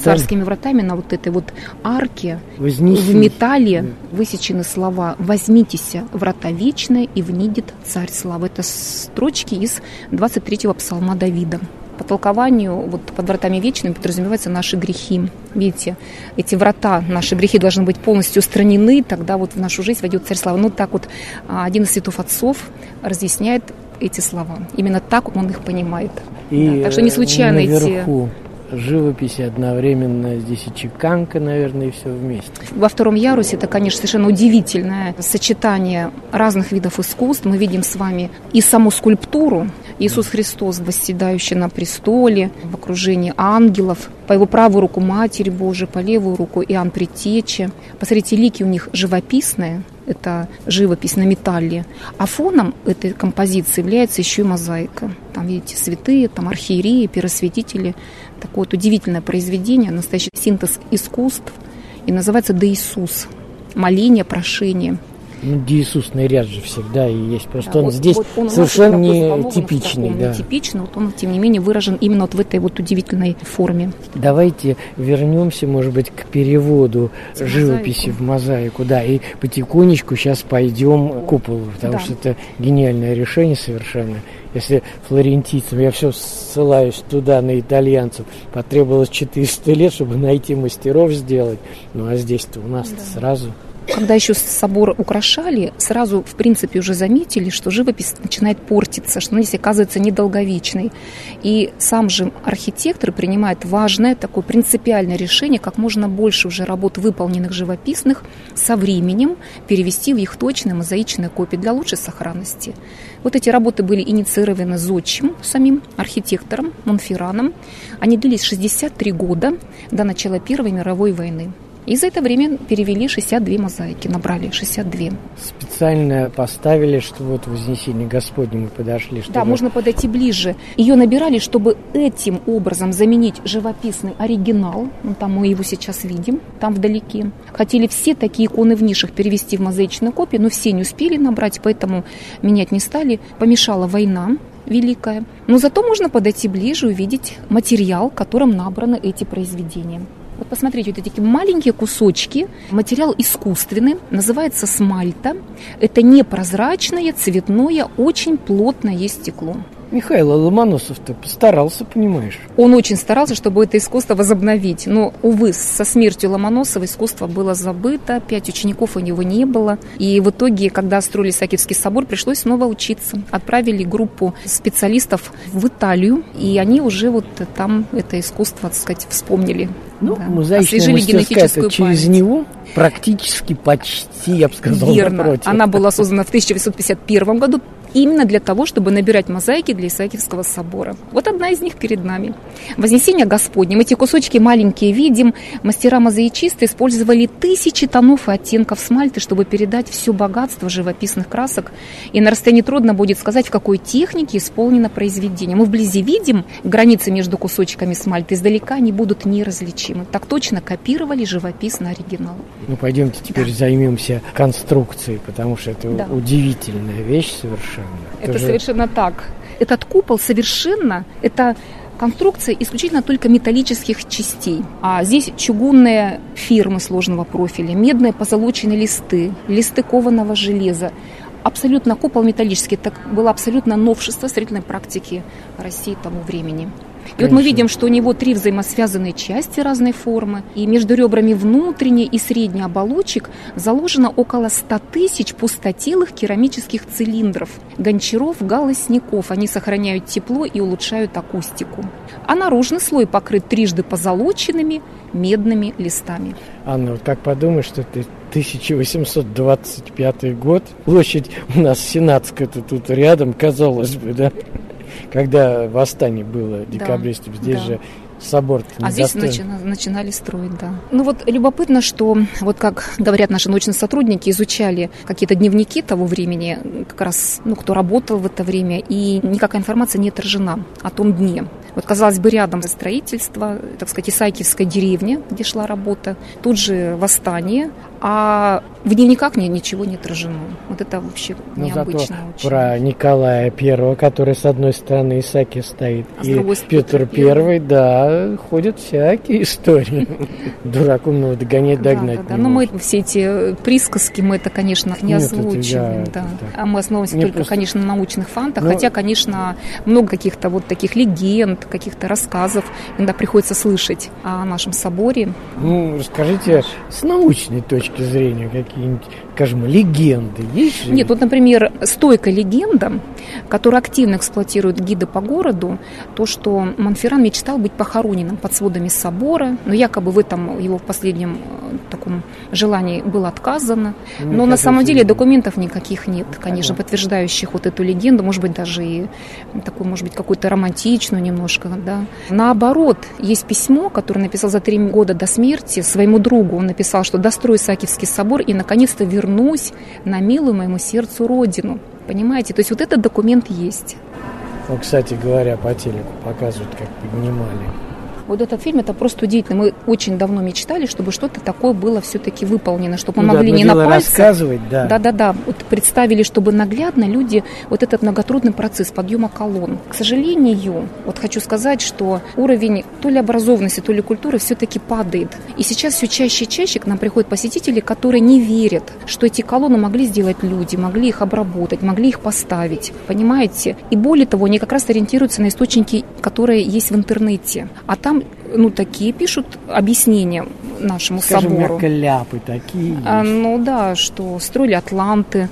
на вот этой вот арке вознесись. В металле высечены слова «Возьмитесь, врата вечные, и внидет Царь славы». Это строчки из 23-го псалма Давида. По толкованию под вратами вечными подразумеваются наши грехи. Видите, эти врата, наши грехи должны быть полностью устранены, тогда в нашу жизнь войдет Царь славы. Ну так один из святых отцов разъясняет эти слова. Именно так он их понимает. И так что не случайно наверху живописи одновременно здесь и чеканка, наверное, и все вместе. Во втором ярусе это, конечно, совершенно удивительное сочетание разных видов искусств. Мы видим с вами и саму скульптуру. Иисус Христос, восседающий на престоле, в окружении ангелов. По его правую руку Матерь Божия, по левую руку Иоанн Предтеча. Посмотрите, лики у них живописные. Это живопись на металле. А фоном этой композиции является еще и мозаика. Там, видите, святые, там архиереи, первосвятители. Такое удивительное произведение, настоящий синтез искусств. И называется «Да Иисус». Моление, прошение. Ну, Иисусный ряд же всегда и есть. Просто он здесь совершенно не типичный. Не типичный, он, тем не менее, выражен именно в этой удивительной форме. Давайте вернемся, может быть, к переводу живописи в мозаику. Да, и потихонечку сейчас пойдем к куполу, потому что это гениальное решение совершенно. Если флорентийцам, я все ссылаюсь туда, на итальянцев, потребовалось 400 лет, чтобы найти мастеров сделать. Ну, а здесь-то у нас сразу... Когда еще собор украшали, сразу, в принципе, уже заметили, что живопись начинает портиться, что она здесь оказывается недолговечной. И сам же архитектор принимает важное, такое принципиальное решение, как можно больше уже работ, выполненных живописных, со временем перевести в их точные мозаичные копии для лучшей сохранности. Вот эти работы были инициированы зодчим, самим архитектором Монферраном. Они длились 63 года до начала Первой мировой войны. И за это время перевели 62 мозаики, набрали 62. Специально поставили, что вот Вознесение Господне мы подошли. Чтобы... Да, можно подойти ближе. Ее набирали, чтобы этим образом заменить живописный оригинал. Ну, там мы его сейчас видим, там вдалеке. Хотели все такие иконы в нишах перевести в мозаичную копию, но все не успели набрать, поэтому менять не стали. Помешала война великая. Но зато можно подойти ближе и увидеть материал, которым набраны эти произведения. Вот посмотрите, вот эти маленькие кусочки, материал искусственный, называется смальта. Это непрозрачное, цветное, очень плотное стекло. Михаил Ломоносов-то постарался, понимаешь? Он очень старался, чтобы это искусство возобновить. Но, увы, со смертью Ломоносова искусство было забыто, 5 учеников у него не было. И в итоге, когда строили Исаакиевский собор, пришлось снова учиться. Отправили группу специалистов в Италию, и они уже вот там это искусство, так сказать, вспомнили. Ну, да. Мозаичная мастерская через него практически почти, я бы сказал, верно. Напротив. Она была создана в 1851 году именно для того, чтобы набирать мозаики для Исаакиевского собора. Вот одна из них перед нами. Вознесение Господне. Мы эти кусочки маленькие видим. Мастера-мозаичисты использовали 1000 тонов и оттенков смальты, чтобы передать все богатство живописных красок. И на расстоянии трудно будет сказать, в какой технике исполнено произведение. Мы вблизи видим границы между кусочками смальты. Издалека они будут неразличимы. Так точно копировали живописный оригинал. Ну, пойдемте теперь займемся конструкцией, потому что это удивительная вещь совершенно. Это совершенно так. Этот купол совершенно, это Конструкция исключительно только металлических частей. А здесь чугунные фирмы сложного профиля, медные позолоченные листы, листы кованого железа. Абсолютно купол металлический. Это было абсолютно новшество строительной практики России того времени. И вот мы видим, что у него 3 взаимосвязанные части разной формы, и между ребрами внутренней и средней оболочек заложено около 100 тысяч пустотелых керамических цилиндров, гончаров, галосников. Они сохраняют тепло и улучшают акустику. А наружный слой покрыт трижды позолоченными медными листами. Анна, вот как подумаешь, что это 1825 год, площадь у нас Сенатская-то тут рядом, казалось бы, да? Когда восстание было декабристов, здесь же собор-то здесь начинали строить, да. Ну вот любопытно, что вот как говорят наши научные сотрудники, изучали какие-то дневники того времени, как раз, кто работал в это время, и никакая информация не отражена о том дне. Вот, казалось бы, рядом строительство, так сказать, Исаакиевская деревня, где шла работа, тут же восстание, а в дневниках ничего не отражено. Вот это вообще необычно. Зато про Николая I, который с одной стороны Исаакиев стоит, и Петр I, да, ходят всякие истории. Дурак умного догонять, догнать. Да. Но мы все эти присказки, мы это, конечно, не озвучиваем. А мы основываемся только, конечно, на научных фактах, хотя, конечно, много каких-то вот таких легенд, каких-то рассказов иногда приходится слышать о нашем соборе. Расскажите с научной точки зрения какие-нибудь, скажем, легенды есть же? Нет, вот, например, стойкая легенда, которую активно эксплуатируют гиды по городу, то, что Монферран мечтал быть похороненным под сводами собора, но якобы в этом его в последнем таком желании было отказано. Но на самом деле документов никаких нет, конечно, подтверждающих вот эту легенду, может быть, даже и такую, может быть, какую-то романтичную немножко, да. Наоборот, есть письмо, которое написал за 3 года до смерти своему другу. Он написал, что дострою Исаакиевский собор и, наконец-то, вернусь на милую моему сердцу родину. Понимаете? То есть вот этот документ есть. Кстати говоря, по телеку показывают, как поднимали. Вот этот фильм, это просто удивительно. Мы очень давно мечтали, чтобы что-то такое было все-таки выполнено, чтобы мы могли не на пальцах. Рассказывать, да. Да. Вот представили, чтобы наглядно люди вот этот многотрудный процесс подъема колонн. К сожалению, вот хочу сказать, что уровень то ли образованности, то ли культуры все-таки падает. И сейчас все чаще и чаще к нам приходят посетители, которые не верят, что эти колонны могли сделать люди, могли их обработать, могли их поставить. Понимаете? И более того, они как раз ориентируются на источники, которые есть в интернете. А там такие пишут объяснения нашему собору. Ляпы такие есть. Что строили атланты,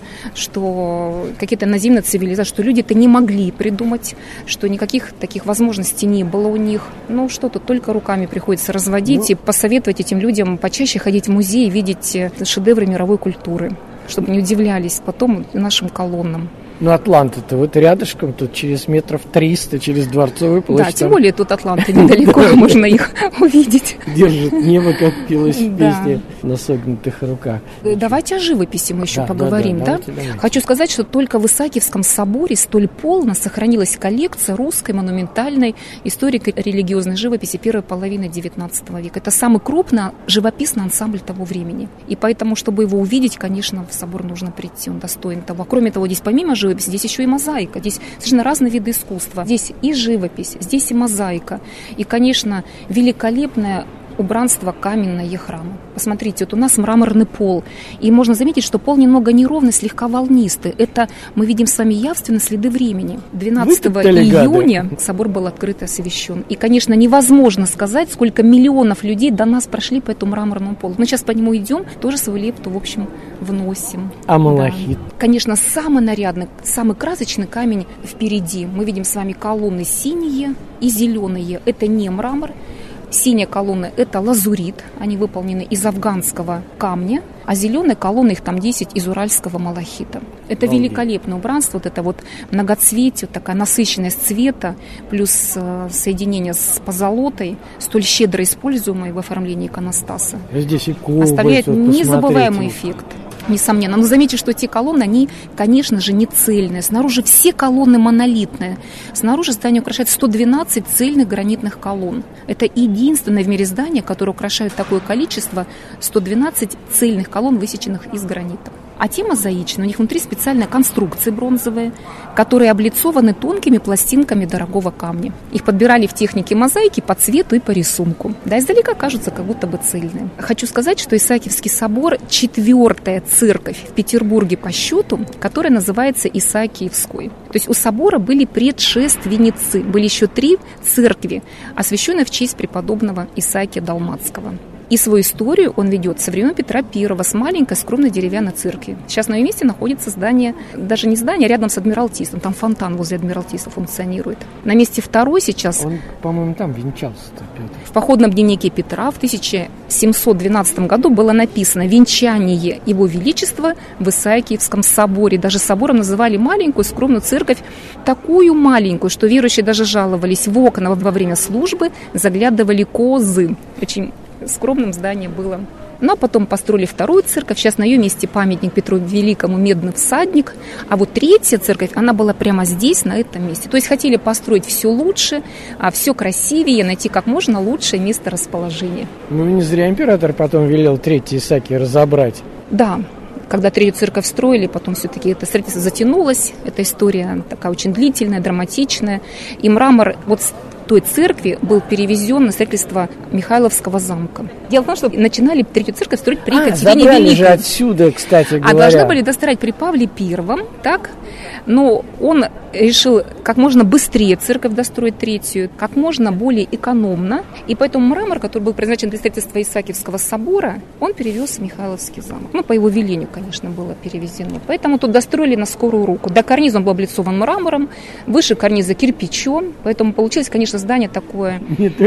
что какие-то наземные цивилизации, что люди-то не могли придумать, что никаких таких возможностей не было у них. Что-то только руками приходится разводить и посоветовать этим людям почаще ходить в музей и видеть шедевры мировой культуры, чтобы не удивлялись потом нашим колоннам. Атланты-то вот рядышком, тут через метров 300, через Дворцовую площадь. Да, тем более тут атланты недалеко, можно их увидеть. Держит небо, как пелось в песне на согнутых руках. Давайте о живописи мы еще поговорим, да? Давайте. Хочу сказать, что только в Исаакиевском соборе столь полно сохранилась коллекция русской монументальной историко-религиозной живописи первой половины XIX века. Это самый крупный живописный ансамбль того времени. И поэтому, чтобы его увидеть, конечно, в собор нужно прийти, он достоин того. Кроме того, здесь помимо живописи, здесь еще и мозаика. Здесь совершенно разные виды искусства. Здесь и живопись, здесь и мозаика. И, конечно, великолепная убранство каменное храма. Посмотрите, вот у нас мраморный пол. И можно заметить, что пол немного неровный, слегка волнистый. Это мы видим с вами явственно следы времени. 12 июня собор был открыт и освящен. И, конечно, невозможно сказать, сколько миллионов людей до нас прошли по этому мраморному полу. Мы сейчас по нему идем, тоже свою лепту, в общем, вносим. А малахит? Да. Конечно, самый нарядный, самый красочный камень впереди. Мы видим с вами колонны синие и зеленые. Это не мрамор. Синяя колонна – это лазурит, они выполнены из афганского камня, а зеленые колонны, их там 10, из уральского малахита. Это великолепное убранство, вот это вот многоцветие, вот такая насыщенность цвета, плюс соединение с позолотой, столь щедро используемой в оформлении иконостаса. Здесь и кубы, оставляет незабываемый эффект. Несомненно. Но заметьте, что эти колонны, они, конечно же, не цельные. Снаружи все колонны монолитные. Снаружи здание украшает 112 цельных гранитных колонн. Это единственное в мире здание, которое украшает такое количество 112 цельных колонн, высеченных из гранита. А те мозаичные, у них внутри специальные конструкции бронзовые, которые облицованы тонкими пластинками дорогого камня. Их подбирали в технике мозаики по цвету и по рисунку. Да, издалека кажутся как будто бы цельные. Хочу сказать, что Исаакиевский собор – 4-я церковь в Петербурге по счету, которая называется Исаакиевской. То есть у собора были предшественницы, были еще 3 церкви, освященные в честь преподобного Исаакия Далматского. И свою историю он ведет со времен Петра I с маленькой скромной деревянной церкви. Сейчас на ее месте находится здание, даже не здание, а рядом с Адмиралтейством. Там фонтан возле Адмиралтейства функционирует. На месте второй сейчас... Он, по-моему, там венчался-то, Петр. В походном дневнике Петра в 1712 году было написано «Венчание Его Величества в Исаакиевском соборе». Даже собором называли маленькую скромную церковь, такую маленькую, что верующие даже жаловались в окна во время службы, заглядывали козы. Очень скромным здание было. Но потом построили вторую церковь. Сейчас на ее месте памятник Петру Великому, медный всадник. А вот 3-я церковь, она была прямо здесь, на этом месте. То есть хотели построить все лучше, все красивее, найти как можно лучшее место расположения. Ну, не зря император потом велел 3-й Исаакий разобрать. Да. Когда 3-ю церковь строили, потом все-таки это строительство затянулось. Эта история такая очень длительная, драматичная. И мрамор вот с той церкви был перевезен на строительство Михайловского замка. Дело в том, что начинали 3-ю церковь строить при Екатерине Великой. Забрали же отсюда, кстати говоря. А должны были достроить при Павле I, так? Но он решил как можно быстрее церковь достроить 3-ю, как можно более экономно. И поэтому мрамор, который был предназначен для строительства Исаакиевского собора, он перевез в Михайловский замок. Ну, по его велению, конечно, было перевезено. Поэтому тут достроили на скорую руку. До карниза он был облицован мрамором, выше карниза кирпичом. Поэтому получилось, конечно, здание такое,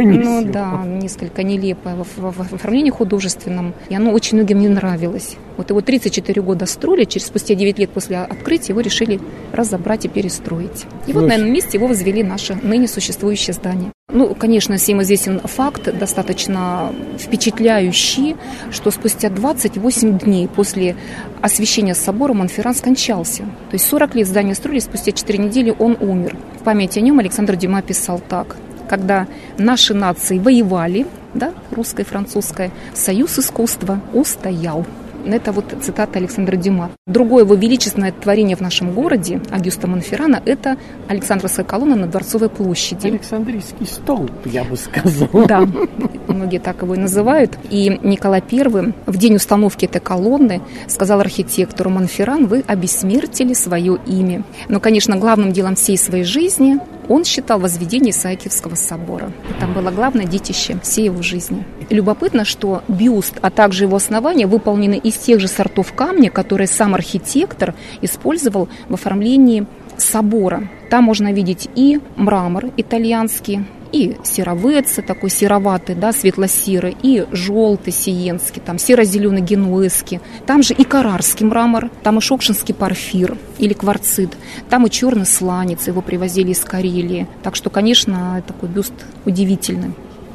несколько нелепое в оформлении художественном. И оно очень многим не нравилось. Вот его 34 года строили, спустя 9 лет после открытия его решили разобрать и перестроить. И вот на этом месте его возвели наше ныне существующее здание. Ну, конечно, всем известен факт, достаточно впечатляющий, что спустя 28 дней после освящения собора Монферран скончался. То есть 40 лет здание строили, спустя 4 недели он умер. В память о нем Александр Дюма писал так: когда наши нации воевали, да, русская и французская, союз искусства устоял. Это вот цитата Александра Дюма. Другое его величественное творение в нашем городе, Агюста Монферрана, это Александровская колонна на Дворцовой площади. Александрийский столб, я бы сказала. Да, многие так его и называют. И Николай I в день установки этой колонны сказал архитектору: Монферран, вы обессмертили свое имя. Но, конечно, главным делом всей своей жизни он считал возведение Исаакиевского собора. Это было главное детище всей его жизни. Любопытно, что бюст, а также его основания выполнены из тех же сортов камня, которые сам архитектор использовал в оформлении собора. Там можно видеть и мрамор итальянский, и серовеца, такой сероватый, да, светло-серый, и желтый сиенский, там серо-зеленый генуэзский. Там же и каррарский мрамор, там и шокшинский порфир или кварцит, там и черный сланец, его привозили из Карелии. Так что, конечно, такой бюст удивительный.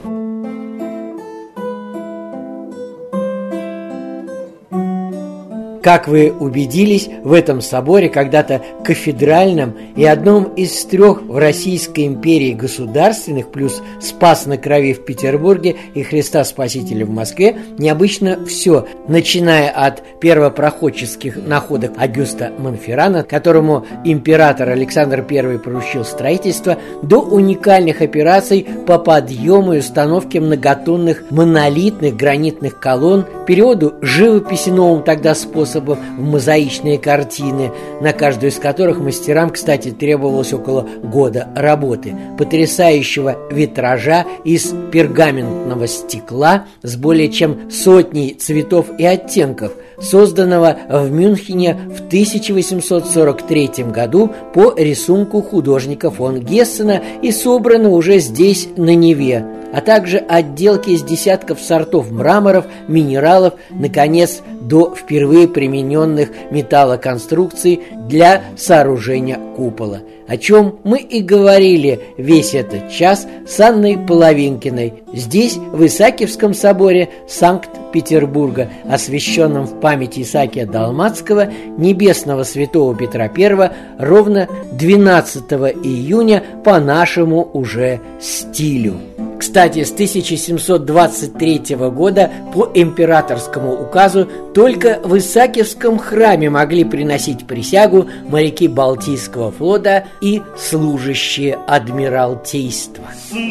Как вы убедились, в этом соборе, когда-то кафедральном и одном из 3 в Российской империи государственных, плюс Спас на Крови в Петербурге и Христа Спасителя в Москве, необычно все, начиная от первопроходческих находок Агюста Монферрана, которому император Александр I поручил строительство, до уникальных операций по подъему и установке многотонных монолитных гранитных колонн, переводу живописи новым тогда способом в мозаичные картины, на каждую из которых мастерам, кстати, требовалось около года работы, потрясающего витража из пергаментного стекла с более чем 100 цветов и оттенков, созданного в Мюнхене в 1843 году по рисунку художника фон Гессена и собранного уже здесь, на Неве, а также отделки из десятков сортов мраморов, минералов, наконец, до впервые примененных металлоконструкций для сооружения купола, о чем мы и говорили весь этот час с Анной Половинкиной здесь, в Исаакиевском соборе Санкт-Петербурга, освященном в память Исаакия Далматского, небесного святого Петра I, ровно 12 июня по нашему уже стилю. Кстати, с 1723 года по императорскому указу только в Исаакиевском храме могли приносить присягу моряки Балтийского флота и служащие адмиралтейства.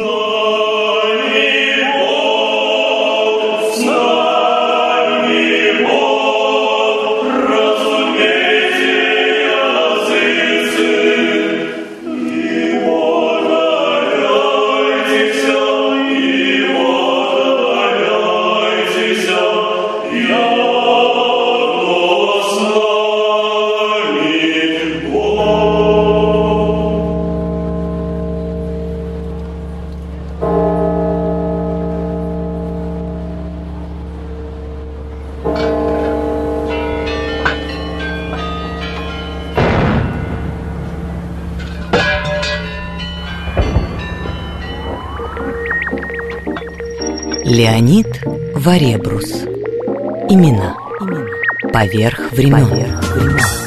Леонид Варебрус. Имена. Поверх времен.